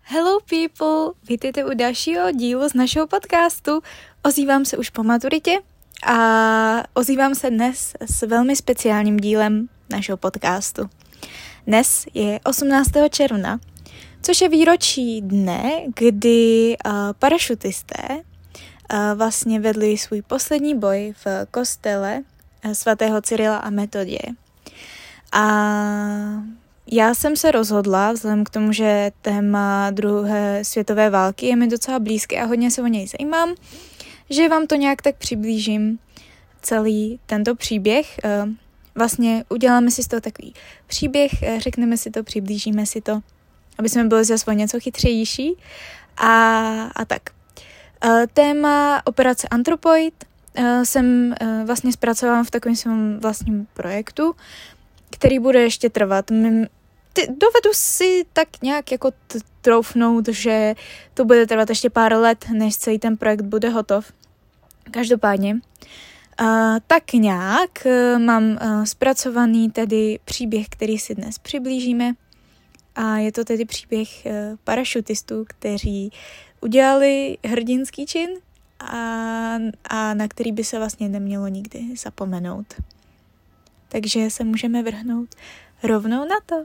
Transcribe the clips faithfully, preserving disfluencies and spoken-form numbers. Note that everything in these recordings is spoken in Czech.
Hello people, vítejte u dalšího dílu z našeho podcastu. Ozývám se už po maturitě a ozývám se dnes s velmi speciálním dílem našeho podcastu. Dnes je osmnáctého června, což je výročí dne, kdy uh, parašutisté uh, vlastně vedli svůj poslední boj v kostele uh, svatého Cyrila a Metoděje. A já jsem se rozhodla, vzhledem k tomu, že téma druhé světové války je mi docela blízké a hodně se o něj zajímám, že vám to nějak tak přiblížím, celý tento příběh. Vlastně uděláme si z toho takový příběh, řekneme si to, přiblížíme si to, aby jsme byli zase o něco chytřejší. A, a tak. Téma operace Anthropoid jsem vlastně zpracovala v takovém svém vlastním projektu, který bude ještě trvat. Ty, dovedu si tak nějak jako t- troufnout, že to bude trvat ještě pár let, než celý ten projekt bude hotov. Každopádně, uh, tak nějak uh, mám uh, zpracovaný tedy příběh, který si dnes přiblížíme. A je to tedy příběh uh, parašutistů, kteří udělali hrdinský čin a, a na který by se vlastně nemělo nikdy zapomenout. Takže se můžeme vrhnout rovnou na to.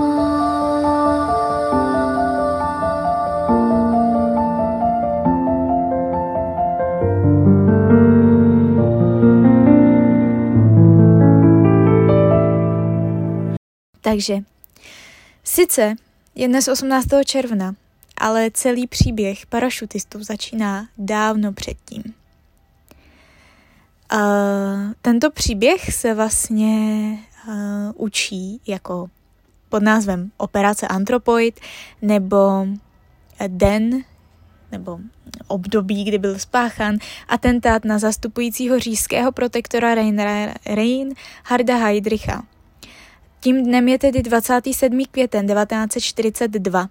Takže, sice je dnes osmnáctého června, ale celý příběh parašutistů začíná dávno předtím. Uh, tento příběh se vlastně uh, učí jako pod názvem Operace Anthropoid nebo den nebo období, kdy byl spáchán atentát na zastupujícího říšského protektora Reinharda Heydricha. Tím dnem je tedy dvacátého sedmého května devatenáct set čtyřicet dva.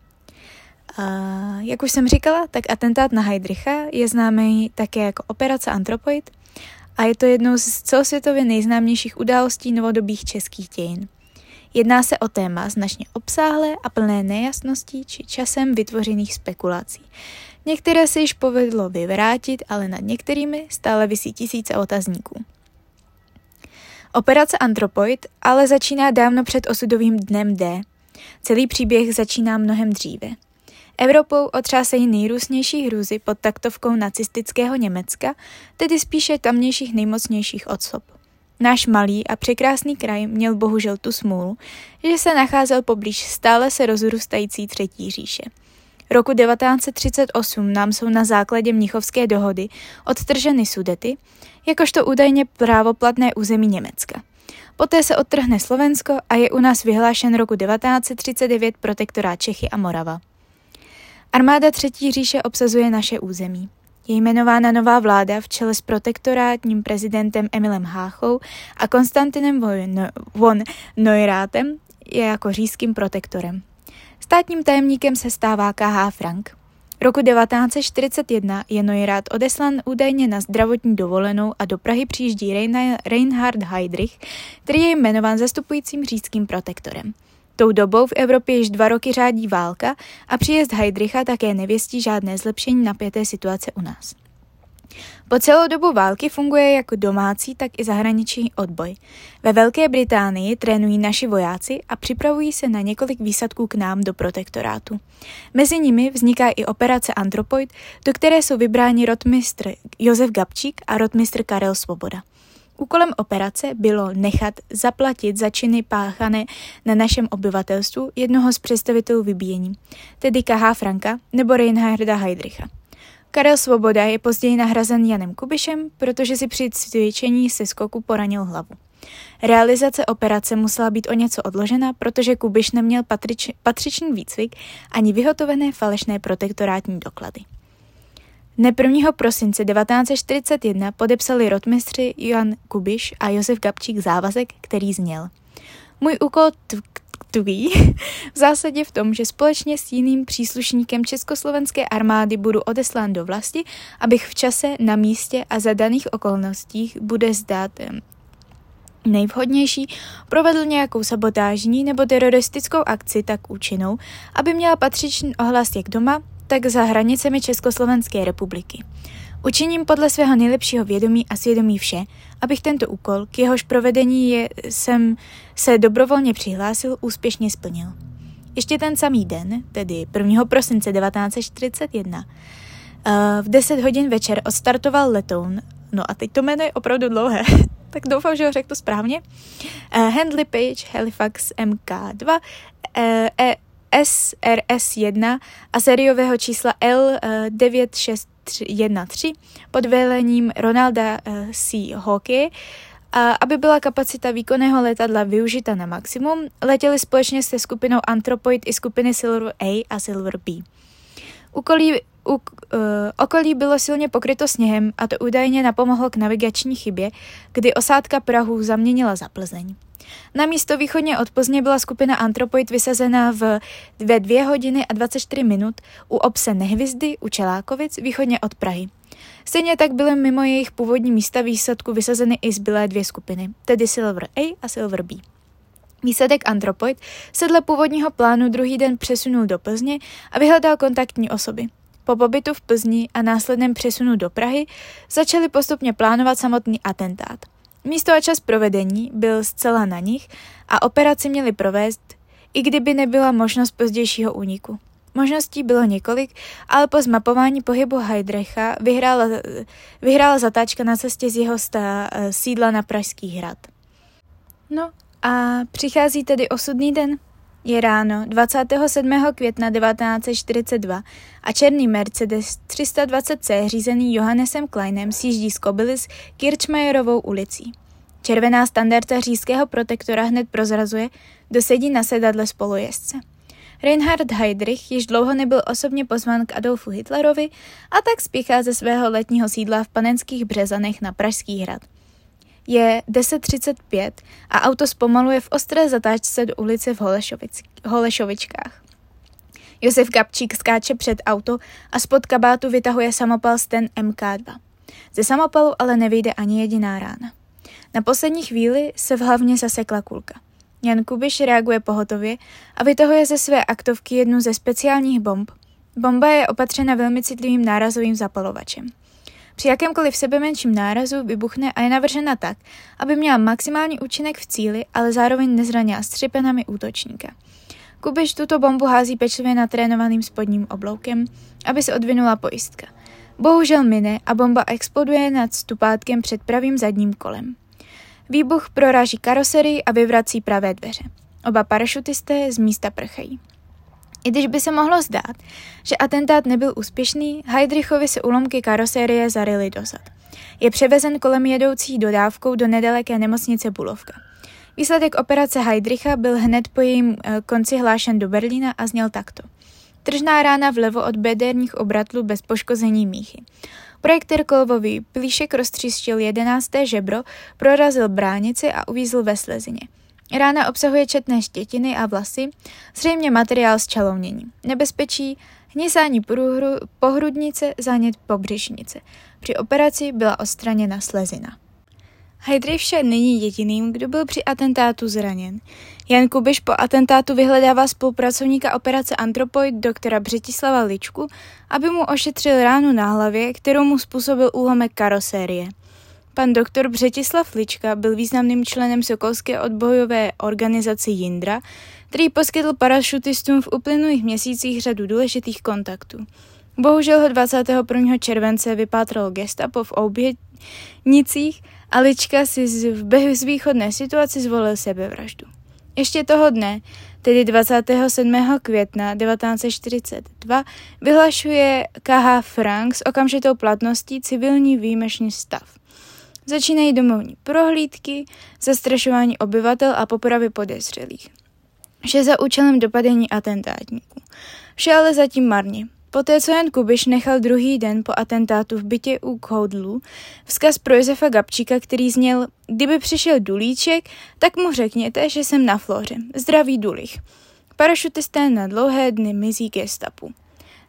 Uh, jak už jsem říkala, tak atentát na Heydricha je známý také jako Operace Anthropoid a je to jednou z celosvětově nejznámějších událostí novodobých českých dějin. Jedná se o téma značně obsáhlé a plné nejasností či časem vytvořených spekulací. Některé se již povedlo vyvrátit, ale nad některými stále visí tisíce otazníků. Operace Anthropoid ale začíná dávno před osudovým dnem D. Celý příběh začíná mnohem dříve. Evropou otřásají nejrůznější hrůzy pod taktovkou nacistického Německa, tedy spíše tamnějších nejmocnějších osob. Náš malý a překrásný kraj měl bohužel tu smůlu, že se nacházel poblíž stále se rozrůstající třetí říše. Roku devatenáct set třicet osm nám jsou na základě Mnichovské dohody odtrženy Sudety, jakožto údajně právoplatné území Německa. Poté se odtrhne Slovensko a je u nás vyhlášen roku devatenáct set třicet devět protektorát Čechy a Morava. Armáda Třetí říše obsazuje naše území. Je jmenována nová vláda v čele s protektorátním prezidentem Emilem Háchou a Konstantinem von Neuratem je jako říšským protektorem. Státním tajemníkem se stává K H Frank. Roku devatenáct set čtyřicet jedna je Neurát odeslan údajně na zdravotní dovolenou a do Prahy přijíždí Reinhard Heydrich, který je jmenován zastupujícím říšským protektorem. Tou dobou v Evropě již dva roky řádí válka a příjezd Heydricha také nevěstí žádné zlepšení napjaté situace u nás. Po celou dobu války funguje jako domácí, tak i zahraniční odboj. Ve Velké Británii trénují naši vojáci a připravují se na několik výsadků k nám do protektorátu. Mezi nimi vzniká i operace Anthropoid, do které jsou vybráni rotmistr Josef Gabčík a rotmistr Karel Svoboda. Úkolem operace bylo nechat zaplatit za činy páchané na našem obyvatelstvu jednoho z představitelů vybíjení, tedy K H Franka nebo Reinharda Heydricha. Karel Svoboda je později nahrazen Janem Kubišem, protože si při cvičení se skoku poranil hlavu. Realizace operace musela být o něco odložena, protože Kubiš neměl patrič, patřičný výcvik ani vyhotovené falešné protektorátní doklady. Dne prvního prosince devatenáct set čtyřicet jedna podepsali rotmistři Jan Kubiš a Josef Gabčík závazek, který zněl: Můj úkol tkví v zásadě v tom, že společně s jiným příslušníkem československé armády budu odeslán do vlasti, abych v čase, na místě a za daných okolností bude zdát nejvhodnější, provedl nějakou sabotážní nebo teroristickou akci tak účinnou, aby měla patřičný ohlas jak doma, tak za hranicemi Československé republiky. Učiním podle svého nejlepšího vědomí a svědomí vše, abych tento úkol, k jehož provedení je, jsem se dobrovolně přihlásil, úspěšně splnil. Ještě ten samý den, tedy prvního prosince devatenáct set čtyřicet jedna, v deset hodin večer odstartoval letoun, no a teď to jméno je opravdu dlouhé, tak doufám, že ho řeknu správně, Handley Page Halifax M K dva, S R S jedna a sériového čísla L devět šest jedna tři pod velením Ronalda C. Hawkeye. A aby byla kapacita výkonného letadla využita na maximum, letěli společně se skupinou Anthropoid i skupiny Silver A a Silver B. Ukolí, u, uh, okolí bylo silně pokryto sněhem a to údajně napomohlo k navigační chybě, kdy osádka Prahu zaměnila za Plzeň. Na místo východně od Plzně byla skupina Anthropoid vysazena v ve dvě hodiny a dvacet čtyři minut u obce Nehvizdy u Čelákovic východně od Prahy. Stejně tak byly mimo jejich původní místa výsadku vysazeny i zbylé dvě skupiny, tedy Silver A a Silver B. Výsadek Anthropoid se dle původního plánu druhý den přesunul do Plzně a vyhledal kontaktní osoby. Po pobytu v Plzni a následném přesunu do Prahy začali postupně plánovat samotný atentát. Místo a čas provedení byl zcela na nich a operaci měli provést, i kdyby nebyla možnost pozdějšího úniku. Možností bylo několik, ale po zmapování pohybu Heydricha vyhrála, vyhrála zatáčka na cestě z jeho sta, sídla na Pražský hrad. No a přichází tedy osudný den. Je ráno dvacátého sedmého května devatenáct set čtyřicet dva a černý Mercedes tři sta dvacet C řízený Johannesem Kleinem sjíždí z Kobylis Kirchmayerovou ulicí. Červená standarda říšského protektora hned prozrazuje, kdo sedí na sedadle spolujezdce. Reinhard Heydrich již dlouho nebyl osobně pozván k Adolfu Hitlerovi a tak spěchá ze svého letního sídla v Panenských Březanech na Pražský hrad. Je deset třicet pět a auto zpomaluje v ostré zatáčce do ulice v Holešovic- Holešovičkách. Josef Gabčík skáče před auto a spod kabátu vytahuje samopal Sten M K dva. Ze samopalu ale nevyjde ani jediná rána. Na poslední chvíli se v hlavně zasekla kulka. Jan Kubiš reaguje pohotově a vytahuje ze své aktovky jednu ze speciálních bomb. Bomba je opatřena velmi citlivým nárazovým zapalovačem. Při jakémkoliv sebemenším nárazu vybuchne a je navržena tak, aby měla maximální účinek v cíli, ale zároveň nezranila střepenami útočníka. Kubiš tuto bombu hází pečlivě natrénovaným spodním obloukem, aby se odvinula pojistka. Bohužel mine a bomba exploduje nad stupátkem před pravým zadním kolem. Výbuch proráží karoserii a vyvrací pravé dveře. Oba parašutisté z místa prchají. I když by se mohlo zdát, že atentát nebyl úspěšný, Heydrichovi se úlomky karosérie zaryly dozad. Je převezen kolem jedoucí dodávkou do nedaleké nemocnice Bulovka. Výsledek operace Heydricha byl hned po jejím konci hlášen do Berlína a zněl takto. Tržná rána vlevo od bederních obratlů bez poškození míchy. Projektor kovový plíšek roztříštil jedenácté žebro, prorazil bránici a uvízl ve slezině. Rána obsahuje četné štětiny a vlasy, zřejmě materiál z čalounění. Nebezpečí, hnisání průhru, pohrudnice, zánět pobřišnice. Při operaci byla odstraněna slezina. Heydrich však není jediným, kdo byl při atentátu zraněn. Jan Kubiš po atentátu vyhledává spolupracovníka operace Anthropoid doktora Břetislava Ličku, aby mu ošetřil ránu na hlavě, kterou mu způsobil úlomek karosérie. Pan doktor Břetislav Lička byl významným členem sokolské odbojové organizace Jindra, který poskytl parašutistům v uplynulých měsících řadu důležitých kontaktů. Bohužel ho dvacátého prvního července vypátralo gestapo v Obědnicích a Lička si v bezvýchodné situaci zvolil sebevraždu. Ještě toho dne, tedy dvacátého sedmého května devatenáct set čtyřicet dva, vyhlašuje K H Frank s okamžitou platností civilní výjimečný stav. Začínají domovní prohlídky, zastrašování obyvatel a popravy podezřelých. Vše za účelem dopadení atentátníků. Vše ale zatím marně. Poté, co Jan Kubiš nechal druhý den po atentátu v bytě u Koudlů vzkaz pro Josefa Gabčíka, který zněl: kdyby přišel Dulíček, tak mu řekněte, že jsem na Floře. Zdraví Dulich. Parašutisté na dlouhé dny mizí gestapu.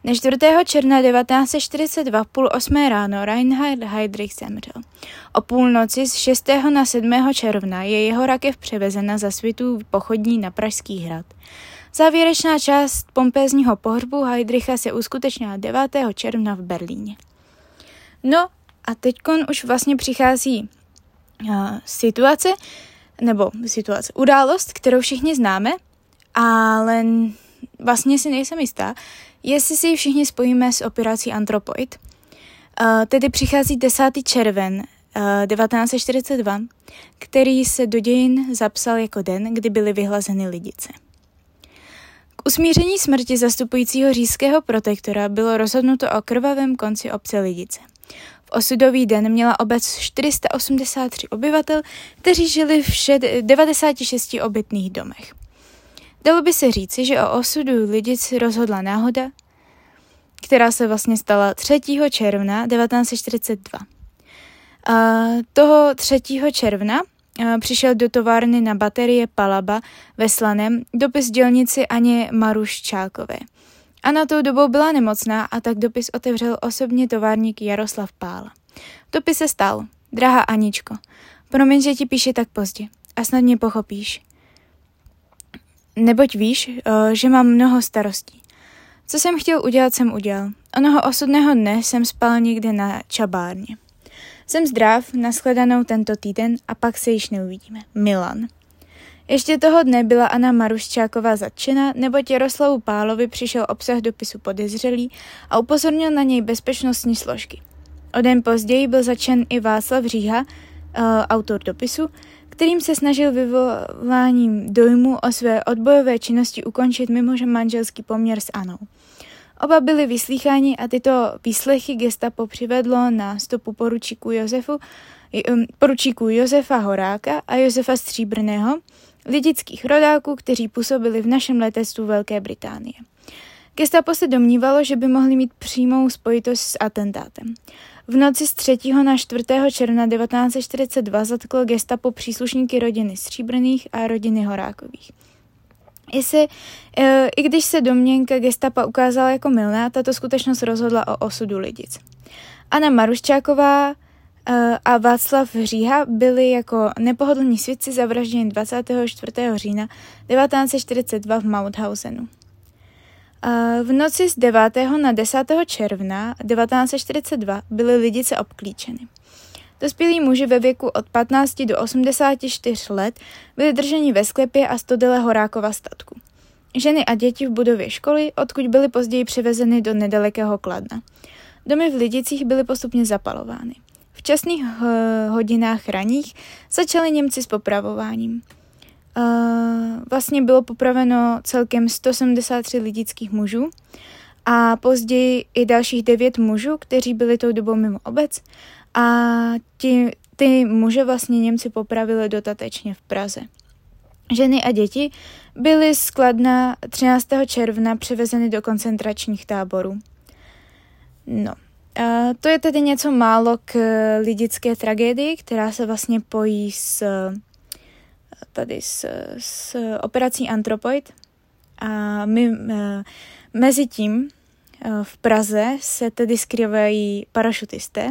Dne čtvrtého června devatenáct set čtyřicet dva v půl osmé ráno Reinhard Heydrich zemřel. O půlnoci z šestého na sedmého června je jeho rakev převezena za svitu pochodní na Pražský hrad. Závěrečná část pompézního pohřbu Heydricha se uskutečnila devátého června v Berlíně. No a teďkon už vlastně přichází uh, situace, nebo situace, událost, kterou všichni známe, ale vlastně si nejsem jistá, jestli si ji všichni spojíme s operací Anthropoid. Uh, tedy přichází desátý červen uh, devatenáct set čtyřicet dva, který se do dějin zapsal jako den, kdy byly vyhlazeny Lidice. K usmíření smrti zastupujícího říšského protektora bylo rozhodnuto o krvavém konci obce Lidice. V osudový den měla obec čtyři sta osmdesát tři obyvatel, kteří žili v devadesáti šesti obytných domech. Dalo by se říci, že o osudu Lidic rozhodla náhoda, která se vlastně stala třetího června devatenáct set čtyřicet dva. A toho třetího června přišel do továrny na baterie Palaba ve Slaném dopis dělnici Aně Maruščákové. Anna tou dobou byla nemocná a tak dopis otevřel osobně továrník Jaroslav Pála. V dopise stál: Drahá Aničko, promiň, že ti píše tak pozdě a snad mě pochopíš. Neboť víš, že mám mnoho starostí. Co jsem chtěl udělat, jsem udělal. Onoho osudného dne jsem spal někde na čabárně. Jsem zdrav, nashledanou tento týden a pak se již neuvidíme. Milan. Ještě toho dne byla Anna Maruščáková zatčena, neboť Jaroslavu Pálovi přišel obsah dopisu podezřelý a upozornil na něj bezpečnostní složky. O den později byl zatčen i Václav Říha, uh, autor dopisu, kterým se snažil vyvoláním dojmu o své odbojové činnosti ukončit mimože manželský poměr s Anou. Oba byli vyslýcháni a tyto výslechy gestapo přivedlo na stopu poručíků, Josefu, poručíků Josefa Horáka a Josefa Stříbrného, lidických rodáků, kteří působili v našem letectvu Velké Británie. Gestapo se domnívalo, že by mohli mít přímou spojitost s atentátem. V noci z třetího na čtvrtého června devatenáct set čtyřicet dva zatklo gestapo příslušníky rodiny Stříbrných a rodiny Horákových. I, se, e, I když se domněnka gestapa ukázala jako mylná, tato skutečnost rozhodla o osudu Lidic. Anna Maruščáková e, a Václav Říha byli jako nepohodlní svědci zavražděni dvacátého čtvrtého října devatenáct set čtyřicet dva v Mauthausenu. E, v noci z devátého na desátého června devatenáct set čtyřicet dva byly Lidice obklíčeny. Dospělí muži ve věku od patnácti do osmdesáti čtyř let byli drženi ve sklepě a stodele Horákova statku. Ženy a děti v budově školy, odkud byly později převezeny do nedalekého Kladna. Domy v Lidicích byly postupně zapalovány. V časných uh, hodinách raních začali Němci s popravováním. Uh, vlastně bylo popraveno celkem sto sedmdesát tři lidických mužů a později i dalších devět mužů, kteří byli tou dobou mimo obec, a ti, ty muže vlastně Němci popravili dotatečně v Praze. Ženy a děti byly z Kladna třináctého června převezeny do koncentračních táborů. No, a to je tedy něco málo k lidické tragédii, která se vlastně pojí s, tady s, s operací Anthropoid. A my mezi tím v Praze se tedy skrývají parašutisté,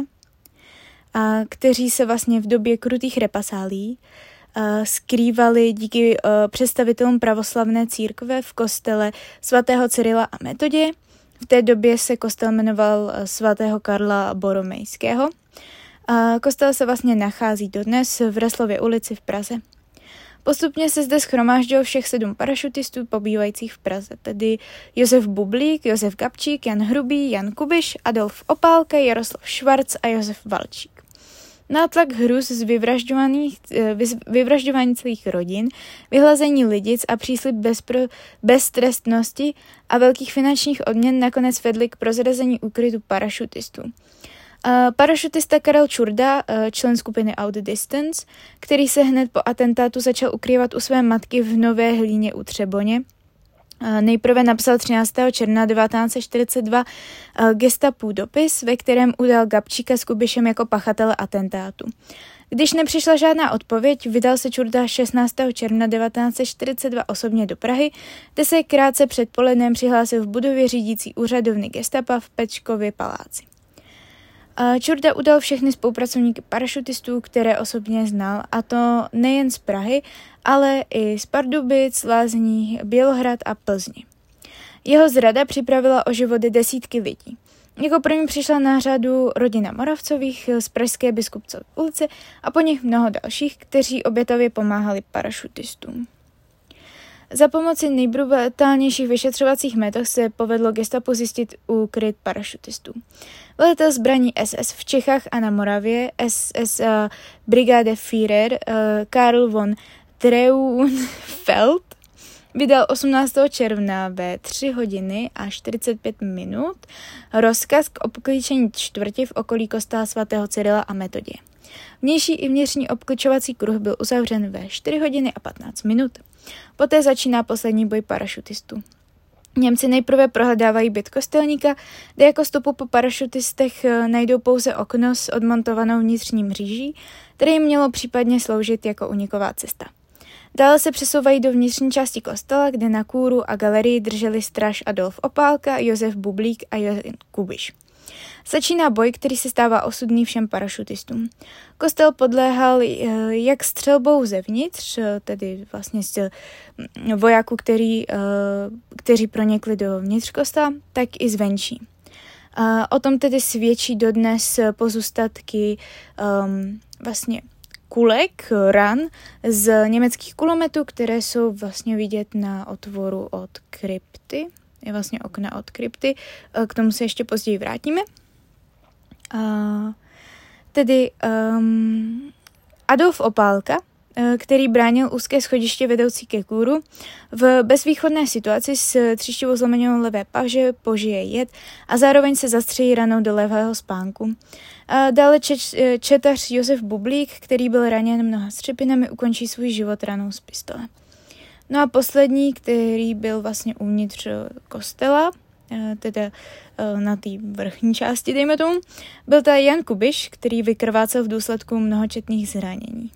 a kteří se vlastně v době krutých represálí skrývali díky představitelům pravoslavné církve v kostele svatého Cyrila a Metoděje. V té době se kostel jmenoval svatého Karla Boromejského. Kostel se vlastně nachází dodnes v Reslově ulici v Praze. Postupně se zde shromáždilo všech sedm parašutistů pobývajících v Praze, tedy Josef Bublík, Josef Gabčík, Jan Hrubý, Jan Kubiš, Adolf Opálka, Jaroslav Švarc a Josef Valčík. Nátlak hrůz z vyvražďování celých rodin, vyhlazení Lidic a příslib bezpro, beztrestnosti a velkých finančních odměn nakonec vedly k prozrazení úkrytu parašutistů. Parašutista Karel Čurda, člen skupiny Outdistance, který se hned po atentátu začal ukrývat u své matky v Nové Hlíně u Třeboně, Nejprve napsal třináctého června devatenáct set čtyřicet dva gestapu dopis, ve kterém udal Gabčíka s Kubišem jako pachatele atentátu. Když nepřišla žádná odpověď, vydal se Čurda šestnáctého června devatenáct set čtyřicet dva osobně do Prahy, kde se krátce před polednem přihlásil v budově řídící úřadovny gestapa v Pečkově paláci. Čurda udal všechny spolupracovníky parašutistů, které osobně znal, a to nejen z Prahy, ale i z Pardubic, Lázní, Bělohrad a Plzni. Jeho zrada připravila o životy desítky lidí. Jako první přišla na řadu rodina Moravcových z pražské Biskupcovy ulice a po nich mnoho dalších, kteří obětavě pomáhali parašutistům. Za pomoci nejbrutálnějších vyšetřovacích metod se povedlo gestapu zjistit úkryt parašutistů. Velitel zbraní S S v Čechách a na Moravě, S S uh, Brigadeführer uh, Karl von Treuenfeld, vydal osmnáctého června ve tři hodiny a čtyřicet pět minut rozkaz k obklíčení čtvrti v okolí kostela svatého Cyrila a Metodie. Vnější i vnitřní obklíčovací kruh byl uzavřen ve čtyři hodiny a patnáct minut. Poté začíná poslední boj parašutistů. Němci nejprve prohledávají byt kostelníka, kde jako stopu po parašutistech najdou pouze okno s odmontovanou vnitřní mříží, které jim mělo případně sloužit jako úniková cesta. Dále se přesouvají do vnitřní části kostela, kde na kůru a galerii drželi stráž Adolf Opálka, Josef Bublík a Jan Kubiš. Začíná boj, který se stává osudný všem parašutistům. Kostel podléhal jak střelbou zevnitř, tedy vlastně z vojáků, který, kteří pronikli do vnitř kostela, tak i zvenčí. O tom tedy svědčí dodnes pozůstatky um, vlastně kulek, ran z německých kulometů, které jsou vlastně vidět na otvoru od krypty. Je vlastně okna od krypty. K tomu se ještě později vrátíme. Uh, tedy um, Adolf Opálka, který bránil úzké schodiště vedoucí ke kůru, v bezvýchodné situaci s tříštivou zlomenou levé paže požije jed a zároveň se zastřelí ranou do levého spánku. A dále čet, četař Josef Bublík, který byl raněn mnoha střepinami, ukončí svůj život ranou z pistole. No a poslední, který byl vlastně uvnitř kostela, teda na té vrchní části, dejme tomu, byl ta Jan Kubiš, který vykrvácel v důsledku mnohočetných zranění.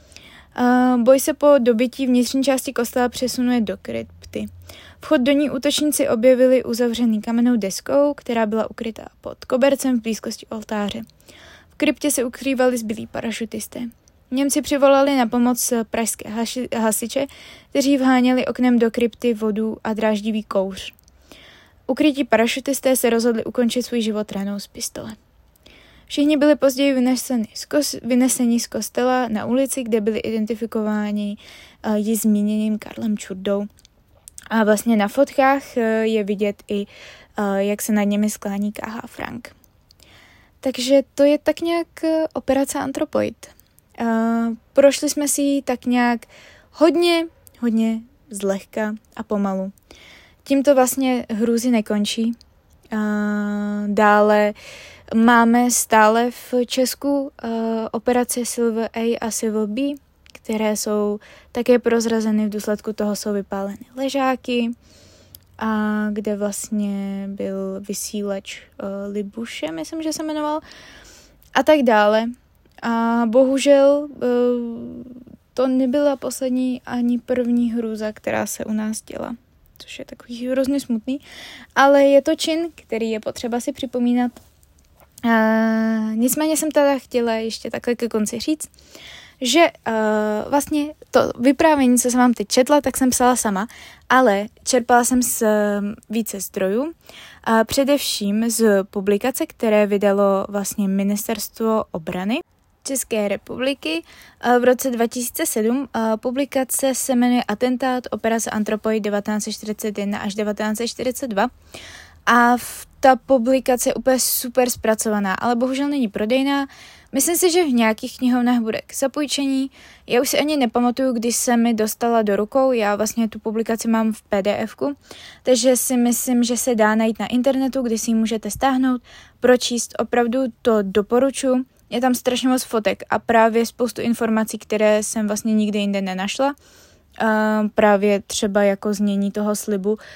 Boj se po dobytí vnitřní části kostela přesunuje do krypty. Vchod do ní útočníci objevili uzavřený kamennou deskou, která byla ukrytá pod kobercem v blízkosti oltáře. V kryptě se ukrývali zbylí parašutisté. Němci přivolali na pomoc pražské hasiče, kteří vháněli oknem do krypty vodu a dráždivý kouř. Ukrytí parašutisté se rozhodli ukončit svůj život ranou z pistole. Všichni byli později vyneseni z, kos- vyneseni z kostela na ulici, kde byli identifikováni uh, ji zmíněným Karlem Čurdou. A vlastně na fotkách uh, je vidět i, uh, jak se nad nimi sklání K H Frank. Takže to je tak nějak uh, operace Anthropoid. Uh, prošli jsme si ji tak nějak hodně, hodně zlehka a pomalu. Tímto vlastně hrůzy nekončí. Uh, dále máme stále v Česku uh, operace Silver A a Silver B, které jsou také prozrazeny, v důsledku toho jsou vypáleny ležáky, a kde vlastně byl vysílač uh, Libuše, myslím, že se jmenoval, a tak dále. A bohužel uh, to nebyla poslední ani první hrůza, která se u nás děla, což je takový hrozně smutný, ale je to čin, který je potřeba si připomínat. Uh, nicméně jsem teda chtěla ještě takhle ke konci říct, že uh, vlastně to vyprávění, co jsem vám teď četla, tak jsem psala sama, ale čerpala jsem z uh, více zdrojů, uh, především z publikace, které vydalo vlastně Ministerstvo obrany České republiky uh, v roce dva tisíce sedm. Uh, publikace se jmenuje Atentát operace Anthropoid devatenáct set čtyřicet jedna až devatenáct set čtyřicet dva. A v ta publikace je úplně super zpracovaná, ale bohužel není prodejná. Myslím si, že v nějakých knihovnách bude k zapůjčení. Já už si ani nepamatuju, když se mi dostala do rukou. Já vlastně tu publikaci mám v P D F ku, takže si myslím, že se dá najít na internetu, kde si ji můžete stáhnout, pročíst. Opravdu to doporučuji. Je tam strašně moc fotek a právě spoustu informací, které jsem vlastně nikdy jinde nenašla. Uh, právě třeba jako znění toho slibu, uh,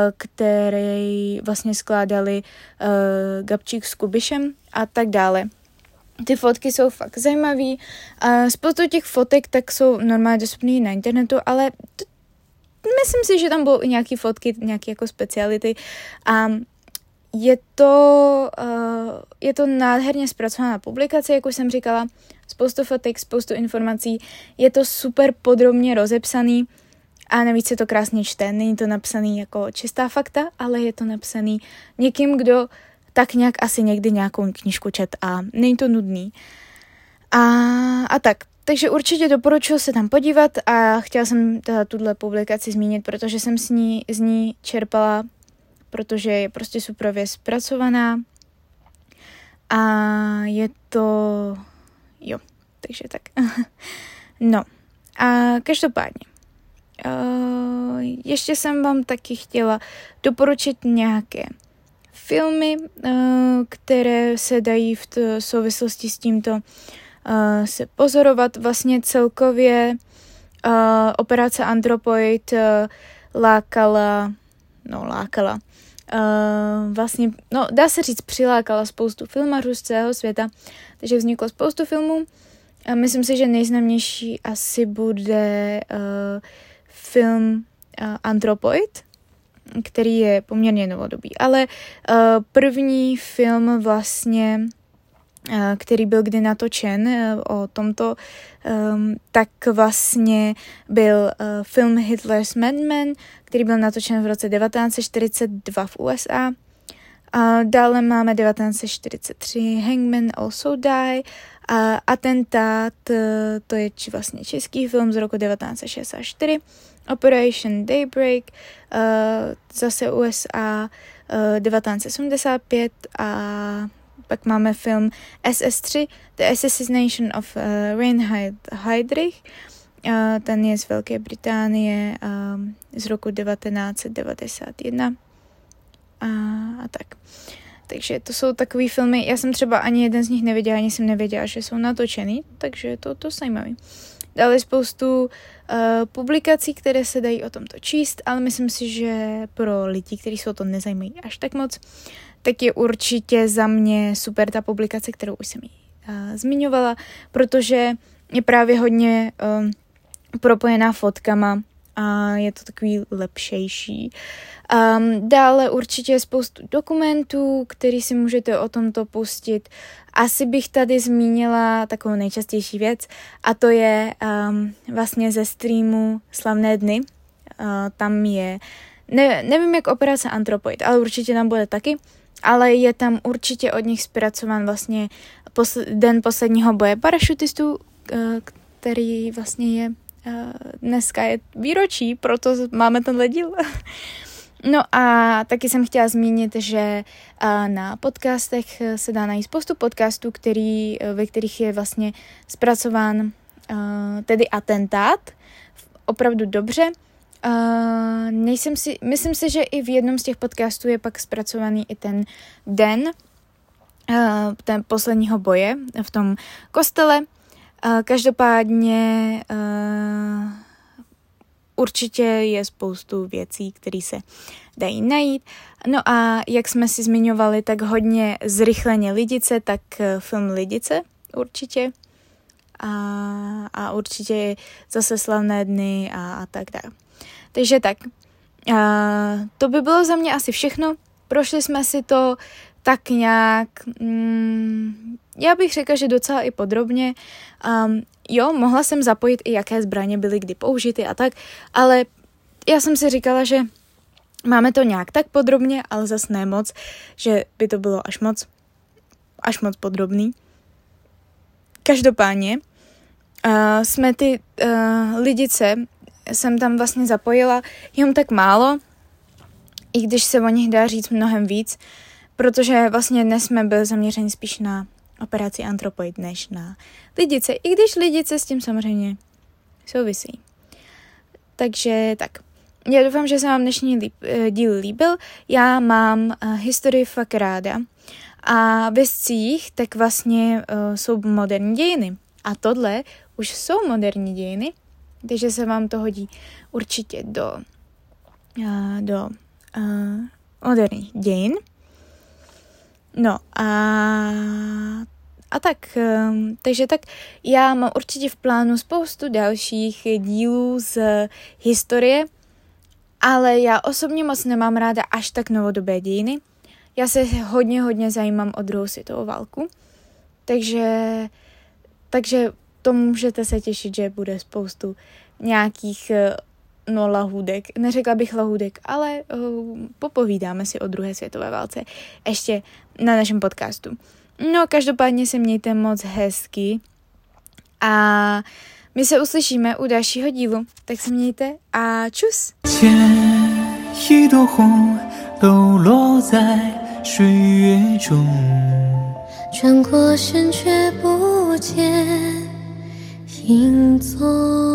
který vlastně skládali uh, Gabčík s Kubišem a tak dále. Ty fotky jsou fakt zajímavý. Uh, spoustu těch fotek tak jsou normálně dostupné na internetu, ale t- myslím si, že tam budou i nějaké fotky, nějaké jako speciality. A je to, uh, je to nádherně zpracovaná publikace, jak už jsem říkala. Spoustu fotek, spoustu informací. Je to super podrobně rozepsaný a navíc se to krásně čte. Není to napsaný jako čistá fakta, ale je to napsaný někým, kdo tak nějak asi někdy nějakou knížku čet a není to nudný. A, a tak. Takže určitě doporučuji se tam podívat a chtěla jsem teda tuhle publikaci zmínit, protože jsem s ní, z ní čerpala, protože je prostě superově zpracovaná a je to... Jo, takže tak. No a každopádně. Uh, ještě jsem vám taky chtěla doporučit nějaké filmy, uh, které se dají v t- souvislosti s tímto uh, se pozorovat. Vlastně celkově uh, operace Anthropoid uh, lákala, no lákala, uh, vlastně, no dá se říct, přilákala spoustu filmařů z celého světa, takže vzniklo spoustu filmů. A myslím si, že nejznámější asi bude uh, film uh, Anthropoid, který je poměrně novodobý. Ale uh, první film vlastně, uh, který byl kdy natočen uh, o tomto, um, tak vlastně byl uh, film Hitler's Madman, který byl natočen v roce devatenáct set čtyřicet dva v U S A. A dále máme devatenáct set čtyřicet tři Hangmen Also Die, a Atentát, to je vlastně český film z roku devatenáct set šedesát čtyři, Operation Daybreak, uh, zase U S A uh, devatenáct set sedmdesát pět a pak máme film S S tři, The Assassination of uh, Reinhard Heydrich, uh, ten je z Velké Británie uh, z roku devatenáct set devadesát jedna a, a tak. Takže to jsou takový filmy, já jsem třeba ani jeden z nich nevěděla, ani jsem nevěděla, že jsou natočený, takže je to, to zajímavý. Dále spoustu uh, publikací, které se dají o tomto číst, ale myslím si, že pro lidi, kteří se o to nezajímají až tak moc, tak je určitě za mě super ta publikace, kterou už jsem jí uh, zmiňovala, protože je právě hodně uh, propojená fotkama a je to takový lepšejší. Um, dále určitě je spoustu dokumentů, který si můžete o tomto pustit. Asi bych tady zmínila takovou nejčastější věc a to je um, vlastně ze streamu Slavné dny. Uh, tam je, ne, nevím jak operace Anthropoid, ale určitě tam bude taky, ale je tam určitě od nich zpracován vlastně posl- den posledního boje parašutistů, uh, který vlastně je uh, dneska je výročí, proto máme tenhle díl. No a taky jsem chtěla zmínit, že na podcastech se dá najít spoustu podcastů, který, ve kterých je vlastně zpracován tedy Atentát opravdu dobře. Nejsem si, myslím si, že i v jednom z těch podcastů je pak zpracovaný i ten den ten posledního boje v tom kostele. Každopádně určitě je spoustu věcí, které se dají najít. No a jak jsme si zmiňovali, tak hodně zrychleně Lidice, tak film Lidice určitě. A, a určitě zase Slavné dny a, a tak dále. Takže tak, a to by bylo za mě asi všechno. Prošli jsme si to tak nějak, mm, já bych řekla, že docela i podrobně. Um, jo, mohla jsem zapojit i jaké zbraně byly kdy použity a tak, ale já jsem si říkala, že máme to nějak tak podrobně, ale zas ne moc, že by to bylo až moc, až moc podrobný. Každopádně uh, jsme ty uh, Lidice, jsem tam vlastně zapojila jenom tak málo, i když se o nich dá říct mnohem víc, protože vlastně dnes jsme byli zaměřeni spíš na operaci Anthropoid než na Lidice, i když Lidice s tím samozřejmě souvisí. Takže tak. Já doufám, že se vám dnešní líb, díl líbil. Já mám uh, historii fakt ráda a ve scích tak vlastně uh, jsou moderní dějiny. A tohle už jsou moderní dějiny takže se vám to hodí určitě do, uh, do uh, moderních dějin. No a, a tak, um, takže tak já mám určitě v plánu spoustu dalších dílů z historie, ale já osobně moc nemám ráda až tak novodobé dějiny. Já se hodně, hodně zajímám o druhou světovou válku, takže, takže to můžete se těšit, že bude spoustu nějakých no lahůdek, neřekla bych lahůdek, ale uh, popovídáme si o druhé světové válce ještě na našem podcastu. No, každopádně se mějte moc hezky a my se uslyšíme u dalšího dílu, tak se mějte a čus! 一朵红抖落在水月中， 转过身却不见影踪。